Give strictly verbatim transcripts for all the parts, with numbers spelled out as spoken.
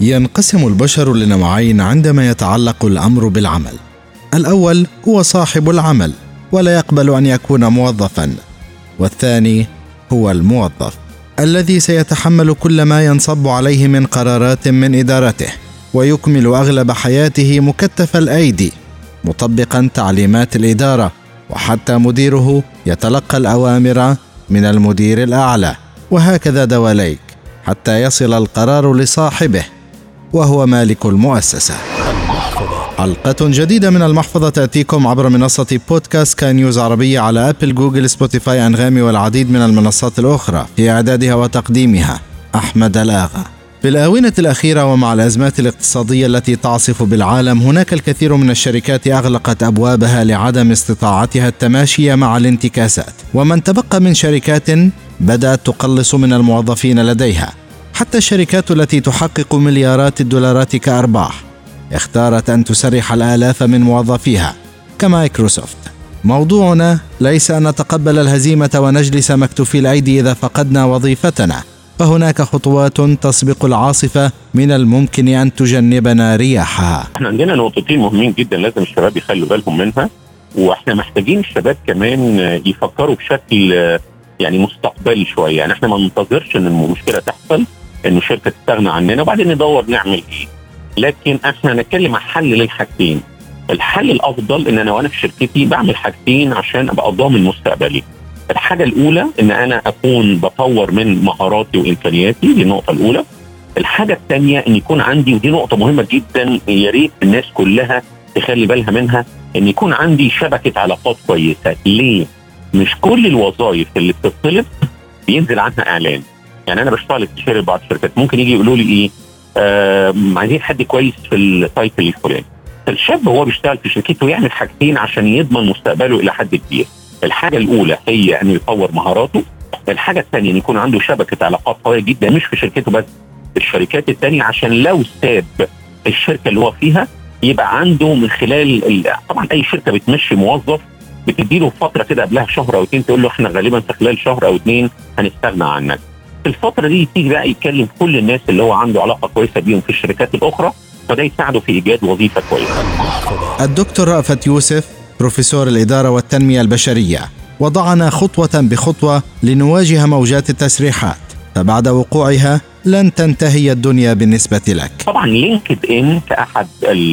ينقسم البشر لنوعين عندما يتعلق الأمر بالعمل. الأول هو صاحب العمل ولا يقبل أن يكون موظفا، والثاني هو الموظف الذي سيتحمل كل ما ينصب عليه من قرارات من إدارته، ويكمل أغلب حياته مكتف الأيدي مطبقا تعليمات الإدارة، وحتى مديره يتلقى الأوامر من المدير الأعلى، وهكذا دواليك حتى يصل القرار لصاحبه وهو مالك المؤسسة. حلقة جديدة من المحفظة تأتيكم عبر منصة بودكاست كاي نيوز عربية على أبل، جوجل، سبوتيفاي، أنغامي والعديد من المنصات الأخرى. في إعدادها وتقديمها أحمد الآغا. في الآونة الأخيرة ومع الأزمات الاقتصادية التي تعصف بالعالم، هناك الكثير من الشركات أغلقت أبوابها لعدم استطاعتها التماشي مع الانتكاسات، ومن تبقى من شركات بدأت تقلص من الموظفين لديها. حتى الشركات التي تحقق مليارات الدولارات كأرباح اختارت أن تسرح الآلاف من موظفيها كمايكروسوفت. موضوعنا ليس أن نتقبل الهزيمة ونجلس مكتوفي الأيدي إذا فقدنا وظيفتنا، فهناك خطوات تسبق العاصفة من الممكن أن تجنبنا رياحها. احنا عندنا نقطتين مهمين جدا لازم الشباب يخلوا بالهم منها، واحنا محتاجين الشباب كمان يفكروا بشكل يعني مستقبلي شوية. يعني احنا ما ننتظرش ان المشكلة تحصل ان الشركة تستغنى عننا وبعدين ندور نعمل ايه، لكن احنا نتكلم عن حل للحاجتين. الحل الافضل ان انا وانا في شركتي بعمل حاجتين عشان ابقى ضامن مستقبلي. الحاجة الأولى إن أنا أكون بطور من مهاراتي وإمكانياتي، دي النقطة الأولى. الحاجة الثانية إن يكون عندي، ودي نقطة مهمة جدا يا ريت الناس كلها تخلي بالها منها، إن يكون عندي شبكة علاقات كويسة. ليه؟ مش كل الوظائف اللي بتطلب بينزل عنها إعلان. يعني أنا بشتغل استشاري بعض الشركات، ممكن يجي يقولوا لي إيه، آه عايزين حد كويس في التايتل الفلاني. فالشاب هو بيشتغل في شركته يعمل حاجتين عشان يضمن مستقبله إلى حد كبير. الحاجة الأولى هي أن يطور مهاراته. الحاجة الثانية أن يكون عنده شبكة علاقات قوية جدا، مش في شركته بس، في الشركات الثانية، عشان لو ساب الشركة اللي هو فيها يبقى عنده من خلال، طبعا أي شركة بتمشي موظف بتديله فترة كده قبلها شهر أو اتنين، تقول له إحنا غالبا في خلال شهر أو اتنين هنستغنى عنك. في الفترة دي تيجي بقى يتكلم كل الناس اللي هو عنده علاقة كويسة بيهم في الشركات الأخرى، فده يساعده في إيجاد وظيفة كويسة. الدكتور رأفت يوسف بروفيسور الإدارة والتنمية البشرية وضعنا خطوة بخطوة لنواجه موجات التسريحات، فبعد وقوعها لن تنتهي الدنيا بالنسبة لك. طبعا لينكد إن كأحد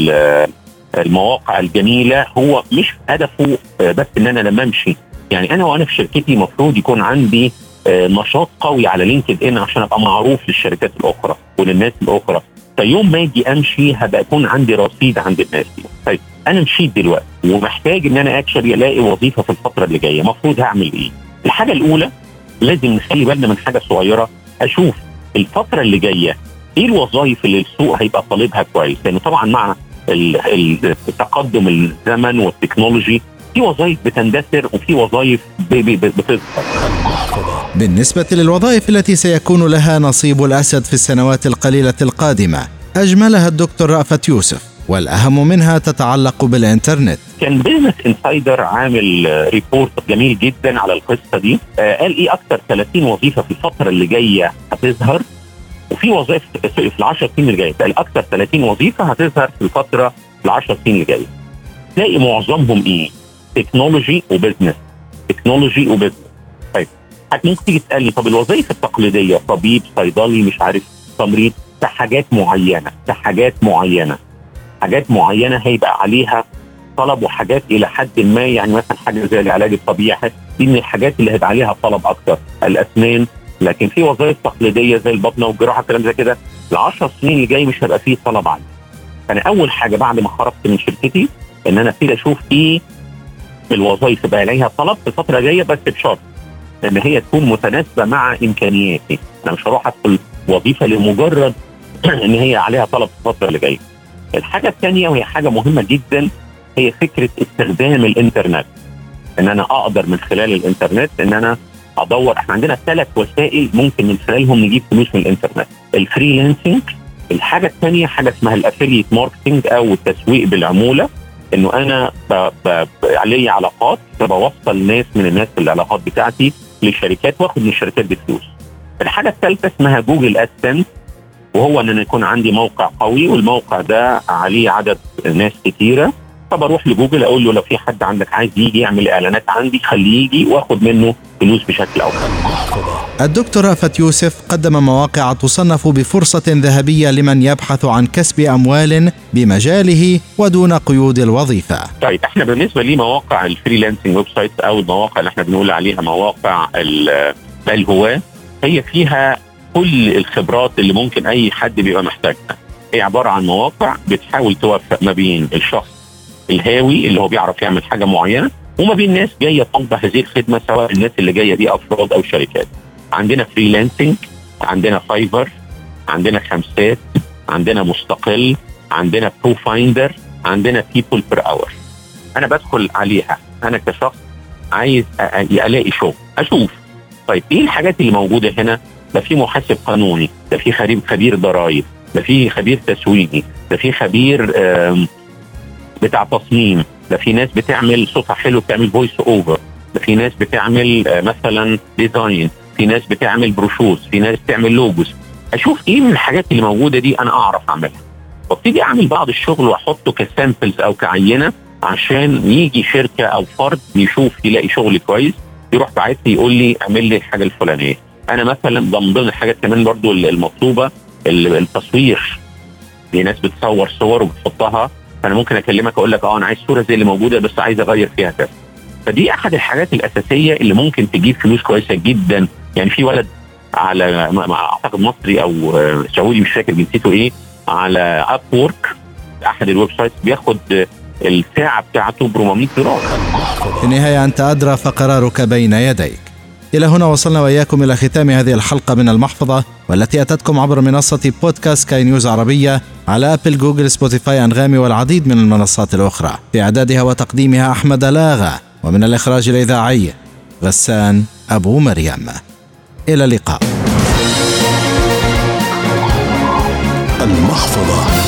المواقع الجميلة هو مش هدفه بس إن أنا لما أمشي، يعني أنا وأنا في شركتي مفروض يكون عندي نشاط قوي على لينكد إن عشان أبقى معروف للشركات الأخرى وللناس الأخرى، فيوم ما يجي أمشي هبقى يكون عندي رصيد عند الناس دي. طيب أنا مشيت دلوقتي ومحتاج إن أنا أكشري ألاقي وظيفة في الفترة اللي جاية، مفروض هعمل إيه؟ الحاجة الأولى لازم نخلي بالنا من حاجة صغيرة، أشوف الفترة اللي جاية إيه الوظائف اللي السوق هيبقى طالبها كويس، لأنه طبعا مع التقدم الزمن والتكنولوجي في وظائف بتندثر وفي وظائف بتظهر. بالنسبة للوظائف التي سيكون لها نصيب الأسد في السنوات القليلة القادمة، أجملها الدكتور رأفت يوسف، والأهم منها تتعلق بالإنترنت. كان بيزنس انسايدر عامل ريبورت جميل جدا على القصة دي، آه قال إيه أكتر ثلاثين وظيفة في الفترة اللي جاية هتظهر، وفي وظائف في العشر سنين اللي جاية، قال أكتر ثلاثين وظيفة هتظهر في الفترة العشر سنين اللي جاية. تلاقي معظمهم إيه؟ تكنولوجي وبزنس، تكنولوجي وبزنس. طيب ممكن تيجي تسألني طب الوظائف التقليدية، طبيب، صيدلي، مش عارف، تمريض، في حاجات معينة، في حاجات معينة حاجات معينة هيبقى عليها طلب، وحاجات إلى حد ما، يعني مثلا حاجة زي العلاج الطبيعي دي من الحاجات اللي هيبقى عليها طلب أكتر، الأسنان. لكن في وظائف تقليدية زي البطنة والجراحة كلام زي كده العشر سنين اللي جاي مش هيبقى فيه طلب عليه. فأنا أول حاجة بعد ما خرجت من شركتي إن أنا ابتدي أشوف إيه الوظائف بقى عليها طلب في الفترة الجاية، بس بشرط إن هي تكون متناسبة مع إمكانياتي. أنا مش هروح أدخل وظيفة لمجرد إن هي عليها طلب في الفترة اللي جاية. الحاجة الثانية وهي حاجة مهمة جدا هي فكرة استخدام الإنترنت، إن أنا أقدر من خلال الإنترنت إن أنا أدور. إحنا عندنا ثلاث وسائل ممكن من خلالهم نجيب فلوس من الإنترنت: الفريلانسنج، الحاجة الثانية حاجة اسمها الأفيليت ماركتينج أو التسويق بالعمولة، إنه أنا ب... ب... علي علاقات بوصل ناس من الناس العلاقات بتاعتي لشركات واخد من الشركات دي فلوس. الحاجة الثالثة اسمها جوجل أدسنس، وهو ان يكون عندي موقع قوي والموقع ده عليه عدد ناس كتيره، فبروح لجوجل اقول له لو في حد عندك عايز يجي يعمل اعلانات عندي خليه يجي واخد منه فلوس بشكل او باخر. الدكتور رأفت يوسف قدم مواقع تصنف بفرصة ذهبية لمن يبحث عن كسب أموال بمجاله ودون قيود الوظيفة. طيب احنا بالنسبة لي مواقع الفريلانسنج ويب سايت او المواقع اللي احنا بنقول عليها مواقع الهواة هي فيها كل الخبرات اللي ممكن اي حد بيبقى محتاجها. هي عبارة عن مواقع بتحاول توفق ما بين الشخص الهاوي اللي هو بيعرف يعمل حاجة معينة وما بين ناس جاية تطبق هذه الخدمة، سواء الناس اللي جاية دي أفراد أو شركات. عندنا فريلانسنج، عندنا فايفر، عندنا خمسات، عندنا مستقل، عندنا برو فايندر، عندنا بيبل بير اور. أنا بدخل عليها أنا كشخص عايز ألاقي شغل، أشوف طيب إيه الحاجات اللي موجودة هنا. ده في محاسب قانوني، ده في خبير خبير ضرائب، ده في خبير تسويقي، ده في خبير بتاع تصميم، ده في ناس بتعمل صوتها حلو بتعمل فويس اوفر، ده في ناس بتعمل مثلا ديزاين، في ناس بتعمل بروشورز، في ناس بتعمل لوجوز. اشوف ايه من الحاجات اللي موجوده دي انا اعرف اعملها، وابتدي اعمل بعض الشغل واحطه كسامبلز او كعينه عشان يجي شركه او فرد يشوف يلاقي شغل كويس يروح باعت لي يقول لي اعمل لي الحاجه الفلانيه. انا مثلا ضمن الحاجات كمان برضو المطلوبه التصوير، في ناس بتصور صور وبتحطها، فانا ممكن اكلمك اقول لك اه انا عايز صوره زي اللي موجوده بس عايز اغير فيها كذا. فدي احد الحاجات الاساسيه اللي ممكن تجيب فلوس كويسه جدا. يعني في ولد على اعتقد مصري او سعودي مش فاكر جنسيته ايه، على اب وورك احد الويب سايتس بياخد الساعه بتاعته ب أربعمائة دولار. في النهايه انت ادرى فقرارك بين يديك. إلى هنا وصلنا وإياكم إلى ختام هذه الحلقة من المحفظة، والتي أتتكم عبر منصة بودكاست سكاي نيوز عربية على أبل، جوجل، سبوتيفاي، أنغامي والعديد من المنصات الأخرى. في إعدادها وتقديمها أحمد لاغا، ومن الإخراج الإذاعي غسان أبو مريم. إلى اللقاء. المحفظة.